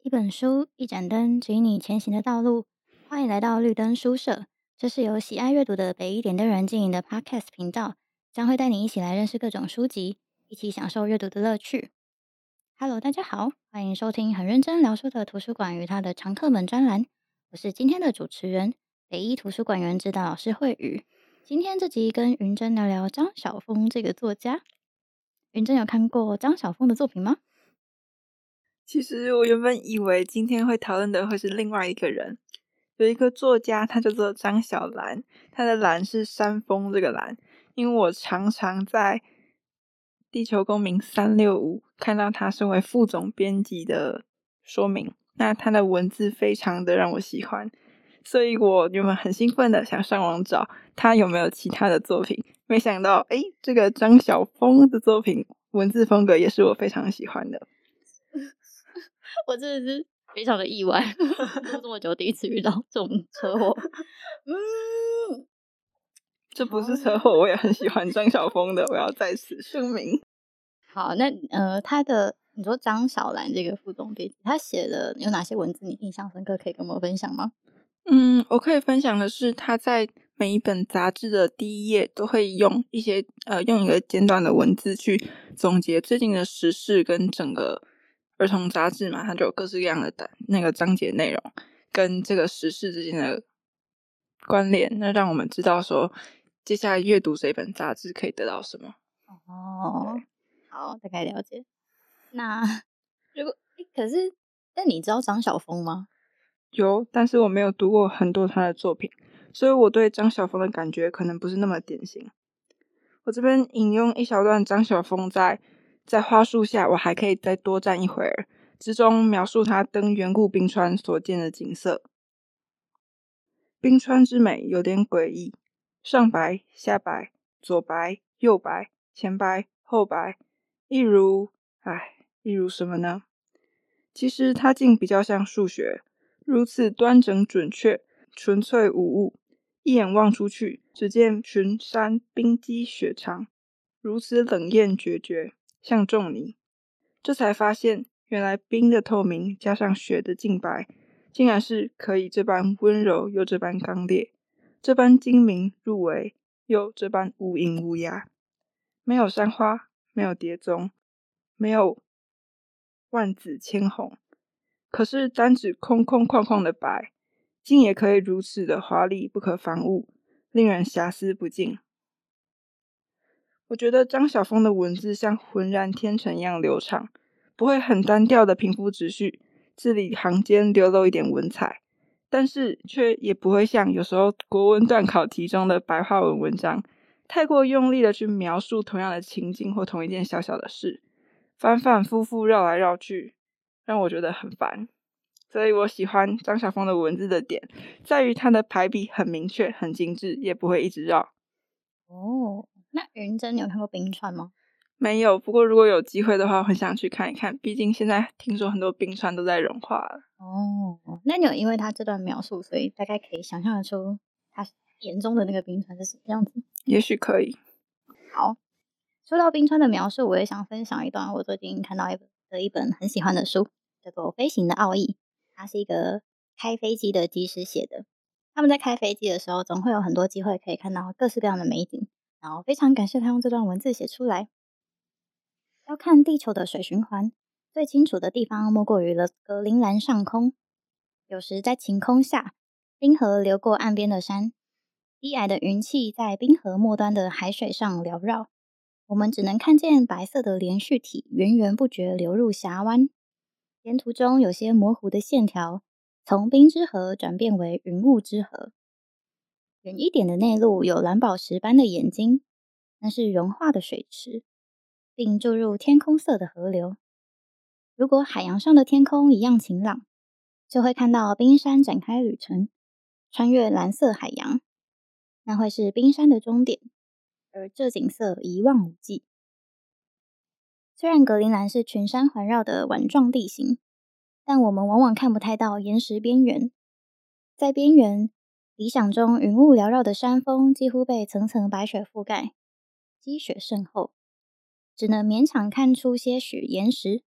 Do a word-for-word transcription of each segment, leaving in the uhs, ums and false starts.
一本书，一盏灯，指引你前行的道路。欢迎来到绿灯书社，这是由喜爱阅读的北一点的人经营的 Podcast 频道，将会带你一起来认识各种书籍，一起享受阅读的乐趣。Hello，大家好，欢迎收听很认真聊书的图书馆与它的常客们专栏。我是今天的主持人，北一图书馆员指导老师慧宇。今天这集跟云珍聊聊张晓峰这个作家。云珍有看过张晓峰的作品吗？ 其实我原本以为今天会讨论的会是另外一个人，有一个作家，他叫做张小兰，他的兰是山峰这个兰，因为我常常在地球公民三六五看到他身为副总编辑的说明，那他的文字非常的让我喜欢，所以我原本很兴奋的想上网找他有没有其他的作品，没想到诶这个张晓峰的作品文字风格也是我非常喜欢的。 我真的是非常的意外，录这么久第一次遇到这种车祸。嗯， 这不是车祸，我也很喜欢张晓峰的，我要在此声明。 好，那呃，他的你说张小兰这个副总编辑，他写的有哪些文字你印象深刻，可以跟我们分享吗？ 嗯，我可以分享的是，他在每一本杂志的第一页都会用一些呃用一个简短的文字去总结最近的时事跟整个儿童杂志嘛，它就有各式各样的那个章节内容跟这个时事之间的关联，那让我们知道说接下来阅读这本杂志可以得到什么。 哦，好，大概了解。那如果可是，但你知道张晓峰吗？ 有，但是我没有读过很多他的作品，所以我对张晓峰的感觉可能不是那么典型。我这边引用一小段张晓峰在在花树下我还可以再多站一会儿之中描述他登远古冰川所见的景色。冰川之美有点诡异，上白下白，左白右白，前白后白，一如唉一如什么呢？其实它竟比较像数学，如此端正准确，纯粹无误，一眼望出去，只见群山冰积雪长，如此冷艳决绝，像仲尼。这才发现，原来冰的透明加上雪的净白，竟然是可以这般温柔又这般刚烈，这般精明入微，又这般无垠无涯。没有山花，没有蝶踪，没有万紫千红，可是单指空空旷旷的白，竟也可以如此的华丽不可方物，令人遐思不尽。我觉得张晓峰的文字像浑然天成一样流畅，不会很单调的平铺直叙，字里行间流露一点文采，但是却也不会像有时候国文段考题中的白话文文章，太过用力的去描述同样的情景或同一件小小的事，反反复复绕来绕去，让我觉得很烦。所以我喜欢张晓峰的文字的点，在于他的排比很明确、很精致，也不会一直绕。 哦，那云珍你有看过冰川吗？ 没有，不过如果有机会的话，我很想去看一看。毕竟现在听说很多冰川都在融化了。 哦，那你有因为他这段描述，所以大概可以想象得出他眼中的那个冰川是什么样子？ 也许可以。 好，说到冰川的描述，我也想分享一段我最近看到一本的一本很喜欢的书，叫做《飞行的奥义》。它是一个开飞机的机师写的。他们在开飞机的时候，总会有很多机会可以看到各式各样的美景，然后非常感谢他用这段文字写出来。要看地球的水循环，最清楚的地方莫过于了格陵兰上空。有时在晴空下，冰河流过岸边的山，低矮的云气在冰河末端的海水上缭绕，我们只能看见白色的连续体源源不绝流入峡湾。沿途中有些模糊的线条，从冰之河转变为云雾之河。远一点的内陆有蓝宝石般的眼睛，那是融化的水池，并注入天空色的河流。如果海洋上的天空一样晴朗，就会看到冰山展开旅程，穿越蓝色海洋，那会是冰山的终点，而这景色一望无际。虽然格陵兰是群山环绕的碗状地形，但我们往往看不太到岩石边缘。在边缘，理想中云雾缭绕的山峰几乎被层层白雪覆盖，积雪甚厚，只能勉强看出些许岩石，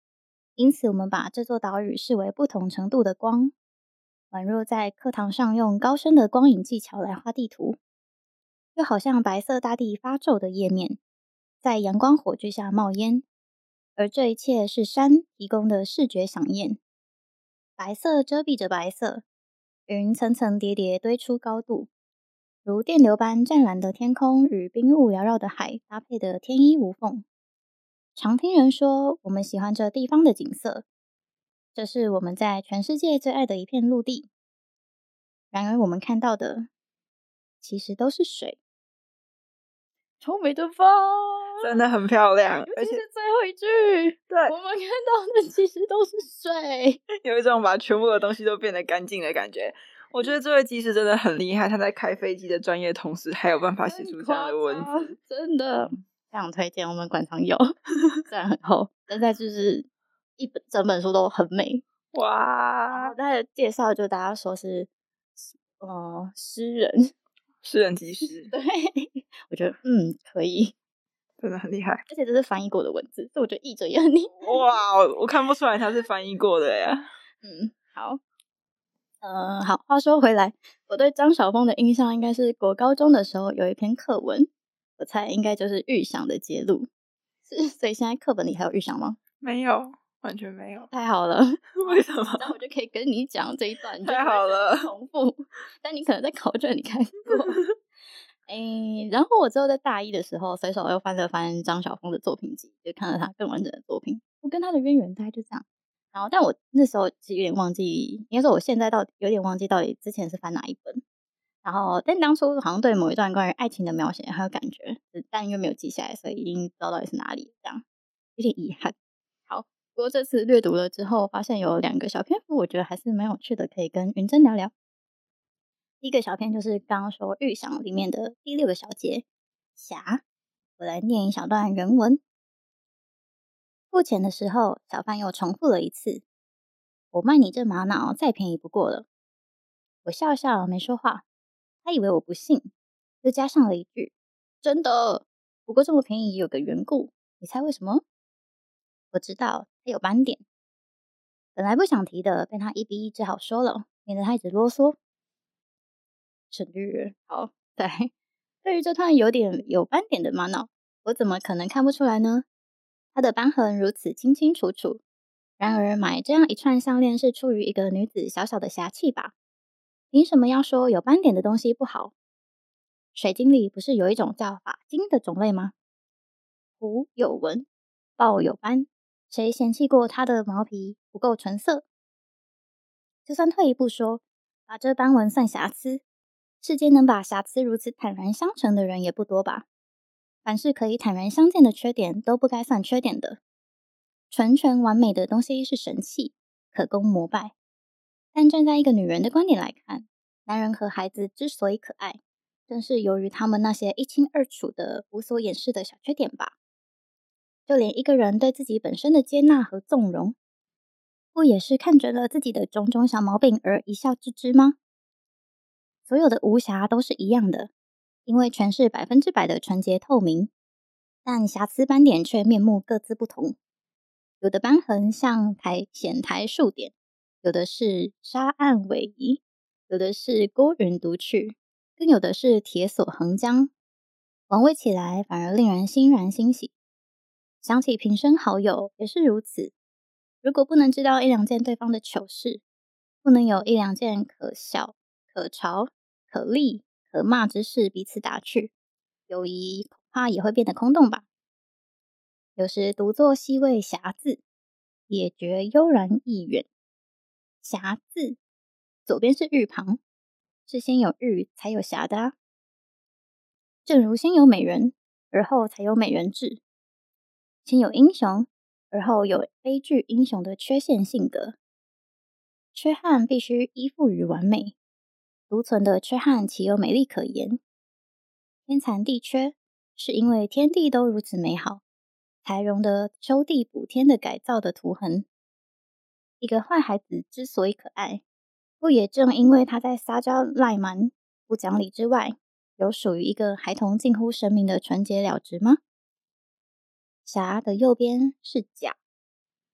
因此我们把这座岛屿视为不同程度的光，宛若在课堂上用高深的光影技巧来画地图，又好像白色大地发皱的页面，在阳光火炬下冒烟，而这一切是山提供的视觉飨宴。白色遮蔽着白色，云层层叠叠堆出高度，如电流般湛蓝的天空与冰雾缭绕的海搭配得天衣无缝。常听人说我们喜欢这地方的景色，这是我们在全世界最爱的一片陆地。然而我们看到的其实都是水。超美的吧， 真的很漂亮， 而且是最后一句， 对， 我们看到的其实都是水， 有一种把全部的东西都变得干净的感觉。我觉得这位技师真的很厉害，他在开飞机的专业同时还有办法写出这样的文字， 真的非常推荐。我们馆藏有虽然很厚，但是就是一本整本书都很美。 哇， 然后他的介绍就大家说是呃诗人诗人技师对，我觉得嗯可以， 真的很厉害。 而且这是翻译过的文字，所以我觉得译者也很厉害。 哇，我看不出来他是翻译过的呀。 嗯，好。呃，好，话说回来，我对张晓峰的印象应该是国高中的时候有一篇课文，我猜应该就是预想的揭露。是，所以现在课本里还有预想吗？ 没有，完全没有。 太好了， 为什么？ 那我就可以跟你讲这一段， 太好了， 重复。但你可能在考卷里看过。诶，然后我之后在大一的时候，随手又翻了翻张晓峰的作品集，就看了他更完整的作品。我跟他的渊源大概就这样。然后，但我那时候其实有点忘记，应该说我现在到底有点忘记到底之前是翻哪一本。然后，但当初好像对某一段关于爱情的描写很有感觉，但因为没有记下来，所以已经不知道到底是哪里，这样有点遗憾。好，不过这次阅读了之后，发现有两个小篇幅，我觉得还是蛮有趣的，可以跟云珍聊聊。第一个小篇就是刚刚说预想里面的第六个小节霞，我来念一小段原文。付钱的时候，小贩又重复了一次：“我卖你这玛瑙再便宜不过了。”我笑笑没说话，他以为我不信，又加上了一句：“真的，不过这么便宜有个缘故，你猜为什么？”我知道他有斑点，本来不想提的，被他一逼只好说了，免得他一直啰嗦。省略。好，对。对于这段有点有斑点的玛瑙，我怎么可能看不出来呢？它的斑痕如此清清楚楚。然而买这样一串项链是出于一个女子小小的侠气吧？凭什么要说有斑点的东西不好？水晶里不是有一种叫发晶的种类吗？狐有纹，豹有斑，谁嫌弃过它的毛皮不够纯色？就算退一步说，把这斑纹算瑕疵，世间能把瑕疵如此坦然相成的人也不多吧？凡是可以坦然相见的缺点都不该算缺点的。纯纯完美的东西是神器，可供膜拜。但站在一个女人的观点来看，男人和孩子之所以可爱，正是由于他们那些一清二楚的无所掩饰的小缺点吧。就连一个人对自己本身的接纳和纵容，不也是看准了自己的种种小毛病而一笑置之吗？所有的无瑕都是一样的，因为全是百分之百的纯洁透明，但瑕疵斑点却面目各自不同。有的斑痕像台显台数点，有的是沙岸逶迤，有的是孤云独去，更有的是铁索横江。玩味起来反而令人欣然欣喜。想起平生好友也是如此，如果不能知道一两件对方的糗事，不能有一两件可笑、可嘲、可立、可骂之事彼此打趣，友谊恐怕也会变得空洞吧。有时独坐西味霞字，也觉悠然意远。霞字左边是玉旁，是先有玉才有霞的啊。正如先有美人，而后才有美人志；先有英雄，而后有悲剧英雄的缺陷性格。缺憾必须依附于完美，独存的缺憾岂有美丽可言？天残地缺，是因为天地都如此美好，才容得修地补天的改造的图痕。一个坏孩子之所以可爱，不也正因为他在撒娇赖蛮、不讲理之外，有属于一个孩童近乎神明的纯洁了直吗？霞的右边是甲，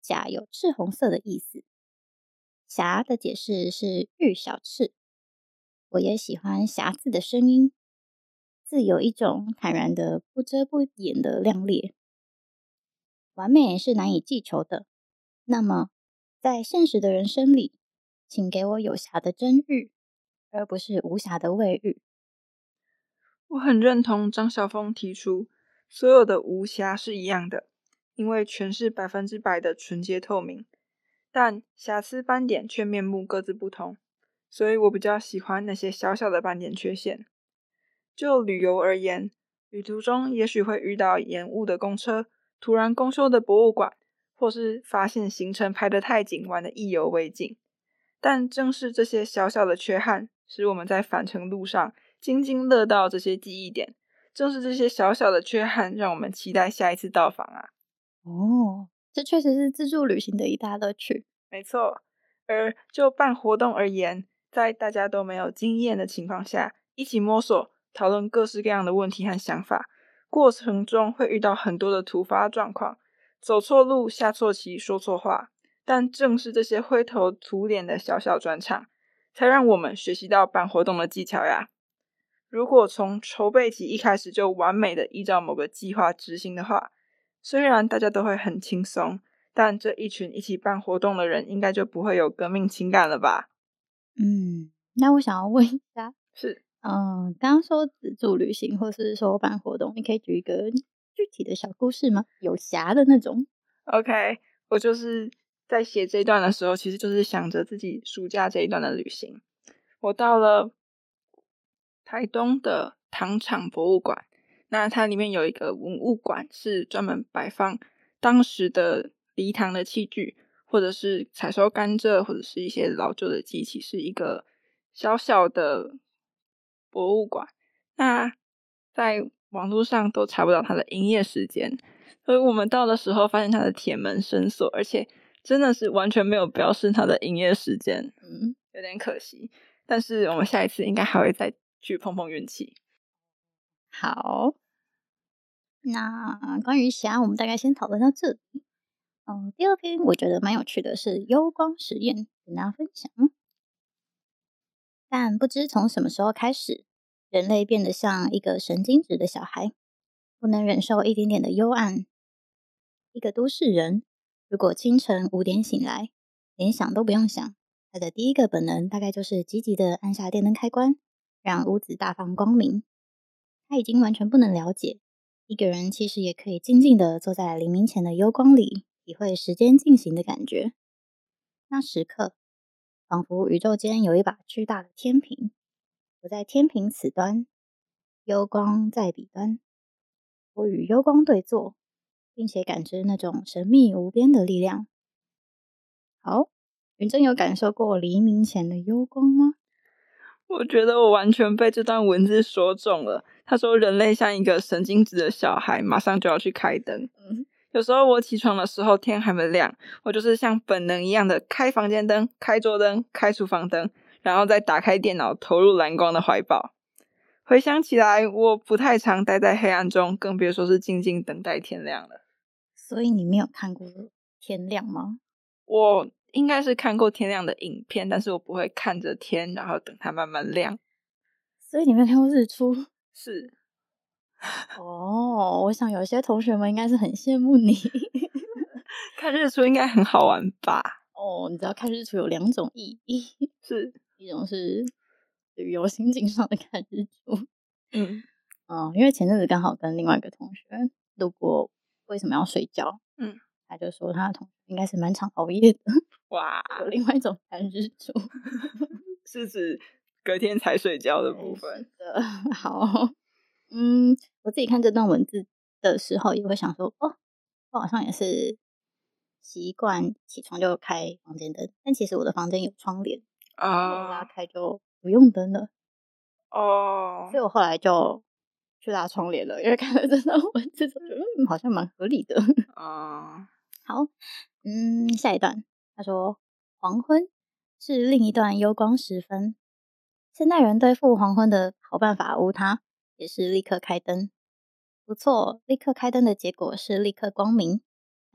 霞有赤红色的意思，霞的解释是玉小赤。我也喜欢霞字的声音，字有一种坦然的不遮不掩的亮烈。完美是难以计求的，那么在现实的人生里，请给我有瑕的真玉，而不是无瑕的伪玉。 我很认同张晓峰提出所有的无瑕是一样的，因为全是百分之百的纯洁透明，但瑕疵斑点却面目各自不同，所以我比较喜欢那些小小的斑点缺陷。就旅游而言，旅途中也许会遇到延误的公车、突然公休的博物馆，或是发现行程排得太紧，玩得意犹未尽。但正是这些小小的缺憾，使我们在返程路上津津乐道这些记忆点。正是这些小小的缺憾，让我们期待下一次到访啊！ 哦，这确实是自助旅行的一大乐趣。 没错，而就办活动而言，在大家都没有经验的情况下，一起摸索，讨论各式各样的问题和想法，过程中会遇到很多的突发状况，走错路、下错棋、说错话。但正是这些灰头土脸的小小转场，才让我们学习到办活动的技巧呀。如果从筹备期一开始就完美的依照某个计划执行的话，虽然大家都会很轻松，但这一群一起办活动的人应该就不会有革命情感了吧？ 嗯，那我想要问一下， 是， 嗯，刚刚说自助旅行或是说办活动，你可以举一个具体的小故事吗？有瑕的那种。 OK，我就是在写这一段的时候，其实就是想着自己暑假这一段的旅行。我到了台东的糖厂博物馆，那它里面有一个文物馆，是专门摆放当时的梨糖的器具，或者是采收甘蔗，或者是一些老旧的机器，是一个小小的博物馆。那在网络上都查不到它的营业时间，所以我们到的时候发现它的铁门深锁，而且真的是完全没有标示它的营业时间， 嗯， 有点可惜。但是我们下一次应该还会再去碰碰运气。 好，那关于霞，我们大概先讨论到这里。嗯，第二篇我觉得蛮有趣的是幽光实验，跟大家分享。但不知从什么时候开始，人类变得像一个神经质的小孩，不能忍受一点点的幽暗。一个都市人，如果清晨五点醒来，连想都不用想，他的第一个本能大概就是积极的按下电灯开关，让屋子大放光明。他已经完全不能了解，一个人其实也可以静静的坐在黎明前的幽光里，体会时间进行的感觉。那时刻，仿佛宇宙间有一把巨大的天平，我在天平此端，幽光在彼端，我与幽光对坐，并且感知那种神秘无边的力量。好，云珍有感受过黎明前的幽光吗？ 我觉得我完全被这段文字说中了。他说人类像一个神经质的小孩，马上就要去开灯。嗯，有时候我起床的时候天还没亮，我就是像本能一样的开房间灯、开桌灯、开厨房灯，然后再打开电脑投入蓝光的怀抱。回想起来，我不太常待在黑暗中，更别说是静静等待天亮了。 所以你没有看过天亮吗？ 我应该是看过天亮的影片，但是我不会看着天，然后等它慢慢亮。 所以你没有看过日出？ 是。 哦，我想有些同学们应该是很羡慕你。 看日出应该很好玩吧？ 哦，你知道看日出有两种意义， 是一种是旅游心境上的看日出。 嗯嗯，因为前阵子刚好跟另外一个同学路过为什么要睡觉， 嗯， 他就说他的同学应该是蛮常熬夜的。 哇， 有另外一种看日出， 是指隔天才睡觉的部分。 是的，好，嗯，我自己看这段文字的时候，也会想说，哦，我好像也是习惯起床就开房间灯，但其实我的房间有窗帘， 啊， 拉开就不用灯了， 哦， 所以我后来就去拉窗帘了，因为看了这段文字，觉得嗯，好像蛮合理的。 啊， 好，嗯，下一段，他说黄昏是另一段幽光时分。现代人对付黄昏的好办法无他，也是立刻开灯。不错，立刻开灯的结果是立刻光明。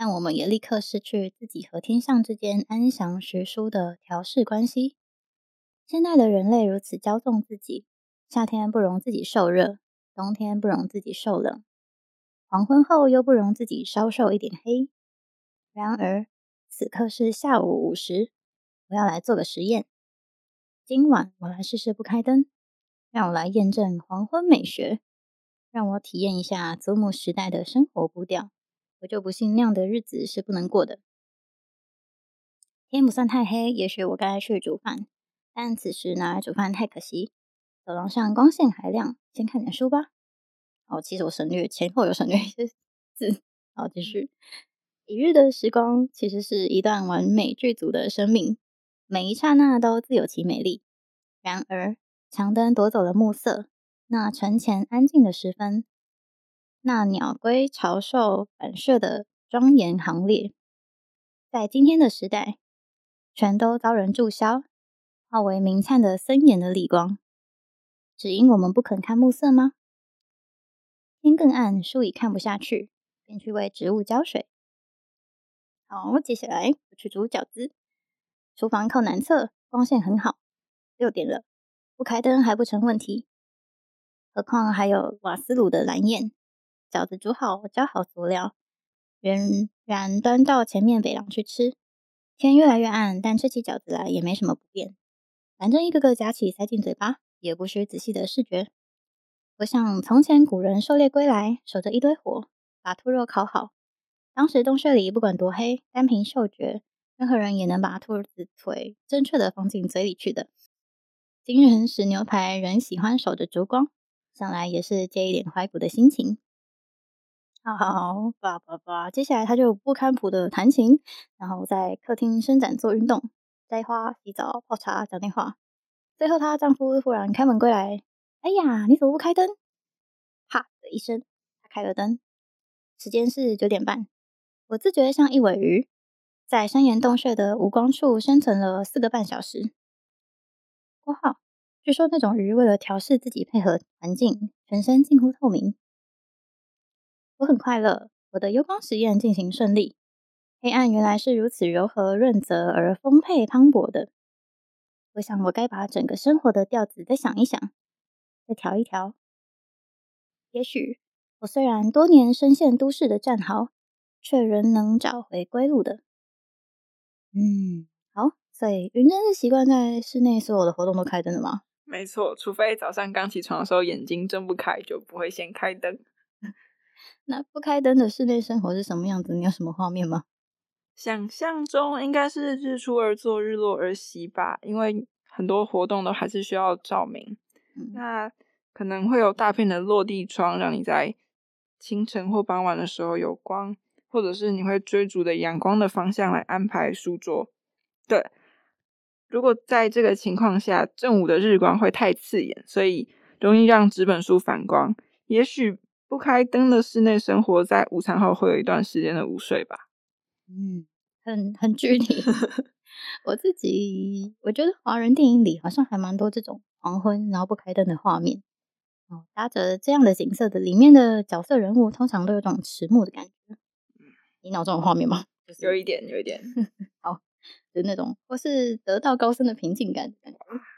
但我们也立刻失去自己和天象之间安详实舒的调试关系。现代的人类如此骄纵自己，夏天不容自己受热，冬天不容自己受冷，黄昏后又不容自己稍受一点黑。然而，此刻是下午五时，我要来做个实验。今晚我来试试不开灯，让我来验证黄昏美学，让我体验一下祖母时代的生活步调。我就不信那样的日子是不能过的。天不算太黑，也许我该去煮饭，但此时拿来煮饭太可惜。走廊上光线还亮，先看点书吧。哦，其实我省略前后有省略一些字。好，继续。一日的时光其实是一段完美剧组的生命，每一刹那都自有其美丽。然而，强灯夺走了暮色，那晨前安静的时分，那鸟归巢兽反射的庄严行列，在今天的时代，全都遭人注销，化为明灿的森严的厉光。只因我们不肯看暮色吗？天更暗，树已看不下去，便去为植物浇水。好，接下来我去煮饺子。厨房靠南侧，光线很好。六点了，不开灯还不成问题，何况还有瓦斯炉的蓝焰。饺子煮好，浇好佐料，仍然端到前面北廊去吃。天越来越暗，但吃起饺子来也没什么不便。反正一个个夹起塞进嘴巴，也不需仔细的视觉。我想从前古人狩猎归来，守着一堆火，把兔肉烤好。当时洞穴里不管多黑，单凭嗅觉，任何人也能把兔子腿正确的放进嘴里去的。今人食牛排仍喜欢守着烛光，想来也是借一点怀古的心情。好好好，叭叭叭，接下来他就不堪谱的弹琴，然后在客厅伸展做运动，摘花、洗澡、泡茶、讲电话。最后她丈夫忽然开门归来，哎呀，你怎么不开灯？啪的一声，他开了灯。时间是九点半，我自觉像一尾鱼，在山岩洞穴的无光处生存了四个半小时。括号，据说那种鱼为了调试自己配合环境，全身近乎透明。我很快乐，我的幽光实验进行顺利。黑暗原来是如此柔和润泽而丰沛磅礴的。我想我该把整个生活的调子再想一想，再调一调。也许我虽然多年深陷都市的战壕，却仍能找回归路的。嗯，好，所以云珍是习惯在室内所有的活动都开灯的吗？ 没错，除非早上刚起床的时候眼睛睁不开，就不会先开灯。 那不开灯的室内生活是什么样子？你有什么画面吗？ 想象中应该是日出而作，日落而息吧，因为很多活动都还是需要照明。嗯、那可能会有大片的落地窗，让你在清晨或傍晚的时候有光，或者是你会追逐的阳光的方向来安排书桌。对，如果在这个情况下，正午的日光会太刺眼，所以容易让纸本书反光。也许不开灯的室内生活，在午餐后会有一段时间的午睡吧。 嗯，很很具体。我自己我觉得华人电影里好像还蛮多这种黄昏然后不开灯的画面。哦，搭着这样的景色的里面的角色人物通常都有种迟暮的感觉。你脑中有画面吗？就是、 有一点有一点好，就是那种或是得道高僧的平静感的感觉。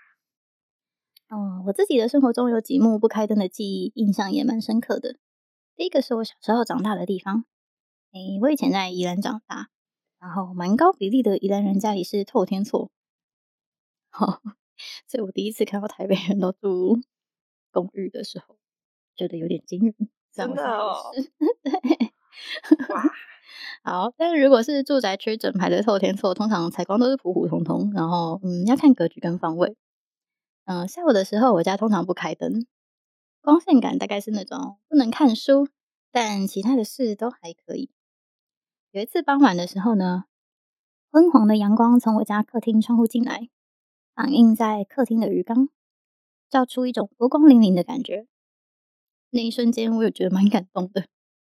嗯，我自己的生活中有几幕不开灯的记忆，印象也蛮深刻的。第一个是我小时候长大的地方。诶，我以前在宜兰长大，然后蛮高比例的宜兰人家里是透天厝。好，所以我第一次看到台北人都住公寓的时候，觉得有点惊人。 真的哦， 对， 哇， 好，但是如果是住宅区整排的透天厝，通常采光都是普普通通，然后嗯，要看格局跟方位。嗯、呃，下午的时候，我家通常不开灯，光线感大概是那种不能看书，但其他的事都还可以。有一次傍晚的时候呢，昏黄的阳光从我家客厅窗户进来，反映在客厅的鱼缸，照出一种波光粼粼的感觉。那一瞬间，我有觉得蛮感动的。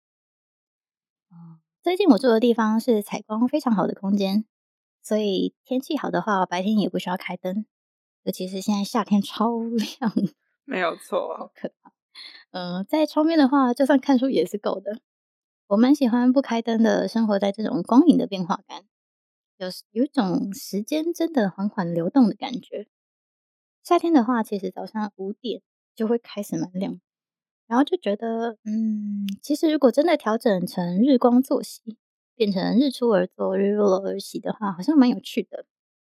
嗯，最近我住的地方是采光非常好的空间，所以天气好的话，白天也不需要开灯。尤其是现在夏天超亮， 没有错， 好可怕。嗯、呃，在窗边的话，就算看书也是够的。 我蛮喜欢不开灯的生活在这种光影的变化感，有有一种时间真的缓缓流动的感觉。夏天的话，其实早上五点就会开始蛮亮，然后就觉得，嗯，其实如果真的调整成日光作息，变成日出而作，日落而息的话，好像蛮有趣的。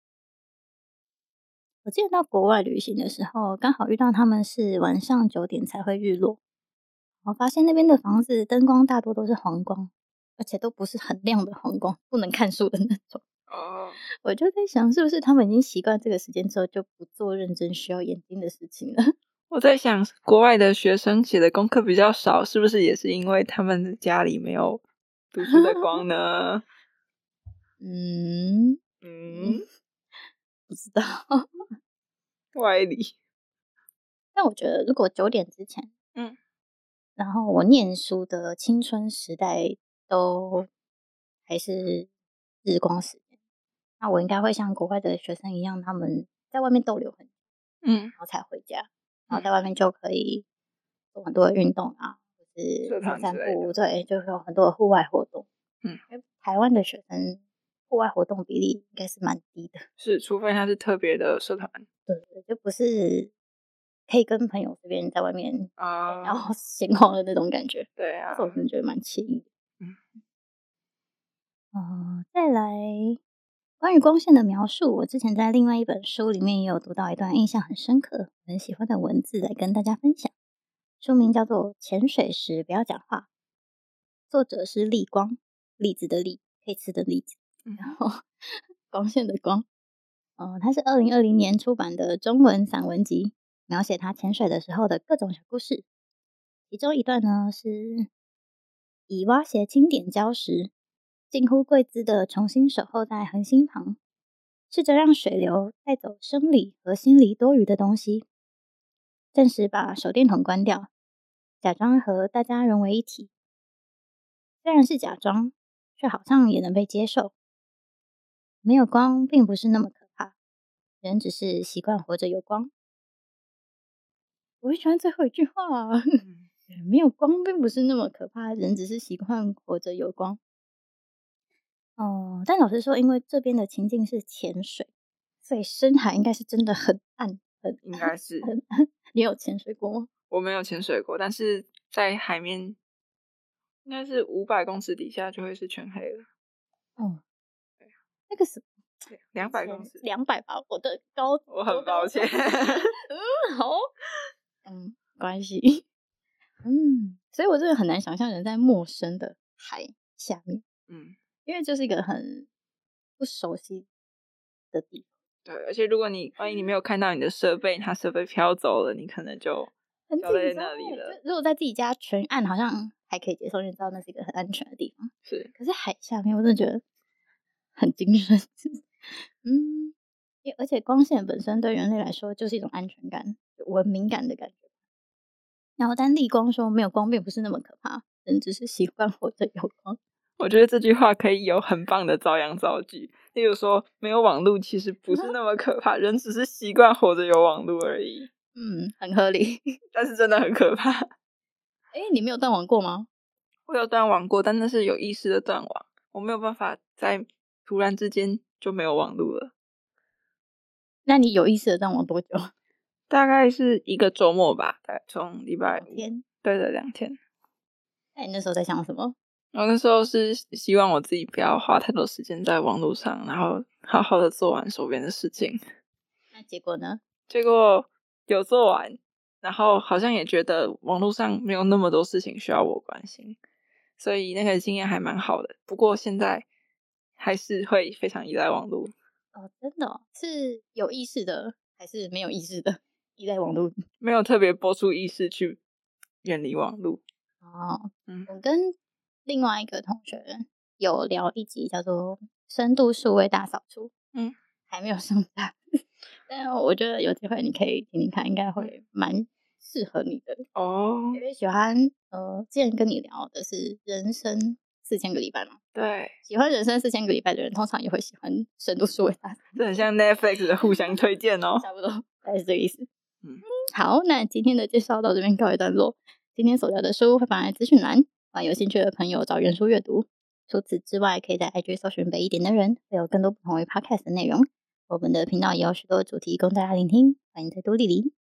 我之前到国外旅行的时候，刚好遇到他们是晚上九点才会日落，我发现那边的房子灯光大多都是黄光，而且都不是很亮的黄光，不能看书的那种。 哦， 我就在想，是不是他们已经习惯这个时间之后，就不做认真需要眼睛的事情了？ 我在想，国外的学生写的功课比较少，是不是也是因为他们家里没有读书的光呢？ 嗯嗯， 不知道。 歪理。 但我觉得，如果九点之前， 嗯， 然后我念书的青春时代都还是日光时间，那我应该会像国外的学生一样，他们在外面逗留很久， 嗯， 然后才回家，然后在外面就可以做很多的运动啊，或是社团散散之类的步，对，就有很多的户外活动。 嗯， 因为台湾的学生户外活动比例应该是蛮低的， 是，除非他是特别的社团对对，就不是可以跟朋友随便在外面啊。 然后闲晃的那种感觉， 对啊， 这我真的觉得蛮惬意的。 嗯呃，再来关于光线的描述，我之前在另外一本书里面也有读到一段印象很深刻、很喜欢的文字，来跟大家分享。书名叫做《潜水时不要讲话》，作者是栗光，栗子的栗，可以吃的栗子， 嗯然后光线的光。呃，它是二零二零年出版的中文散文集，描写他潜水的时候的各种小故事。其中一段呢是以蛙鞋轻点礁时，近乎跪姿的重新守候在恒星旁，试着让水流带走生理和心理多余的东西。暂时把手电筒关掉，假装和大家融为一体。虽然是假装，却好像也能被接受。没有光并不是那么可怕，人只是习惯活着有光。我很喜欢最后一句话、啊嗯没有光并不是那么可怕，人只是习惯活着有光。哦、但老实说，因为这边的情境是潜水，所以深海应该是真的很暗，很应该是。 很暗。你有潜水过吗？ 我没有潜水过，但是在海面应该是五百公尺底下就会是全黑了。 哦，那个是两百公尺， 两百吧。我的高， 我很抱歉。 嗯，好，嗯，没关系。嗯，所以我真的很难想象人在陌生的海下面， 嗯， 因为就是一个很不熟悉的地方。 对，而且如果你万一你没有看到你的设备，它设备飘走了，你可能就很掉在紧张那里了。 欸就如果在自己家全暗，好像还可以接受，因为知道那是一个很安全的地方。 是， 可是海下面，我真的觉得很精神。嗯，因而且光线本身对人类来说就是一种安全感、文明感的感觉。然后，但逆光说没有光并不是那么可怕，人只是习惯活着有光。 我觉得这句话可以有很棒的造样造句，例如说，没有网络其实不是那么可怕，人只是习惯活着有网络而已。 嗯，很合理。 但是真的很可怕。 哎，你没有断网过吗？ 我有断网过，但那是有意识的断网，我没有办法在突然之间就没有网络了。 那你有意识的断网多久？ 大概是一个周末吧，大概从礼拜五， 天， 对的两天。 那你那时候在想什么？ 我那时候是希望我自己不要花太多时间在网络上，然后好好的做完手边的事情。 那结果呢？ 结果有做完，然后好像也觉得网络上没有那么多事情需要我关心，所以那个经验还蛮好的。不过现在还是会非常依赖网络。 哦，真的哦，是有意识的还是没有意识的依赖网络？ 没有特别播出意识去远离网络。 哦， 嗯， 我跟另外一个同学有聊一集叫做《深度数位大扫除》， 嗯， 还没有上架，但我觉得有机会你可以听听看，应该会蛮适合你的。 哦因，为喜欢呃，之前跟你聊的是人生四千个礼拜嘛， 对， 喜欢人生四千个礼拜的人，通常也会喜欢深度数位大扫除， 这很像 Netflix 的互相推荐哦。 差不多大概是这个意思。 嗯， 好，那今天的介绍到这边告一段落。今天所聊的书会放在资讯栏， 啊，有兴趣的朋友找原书阅读。除此之外，可以在 I G 搜寻北一点的人，会有更多不同于 Podcast 的内容。我们的频道也有许多主题供大家聆听，欢迎再多莅临。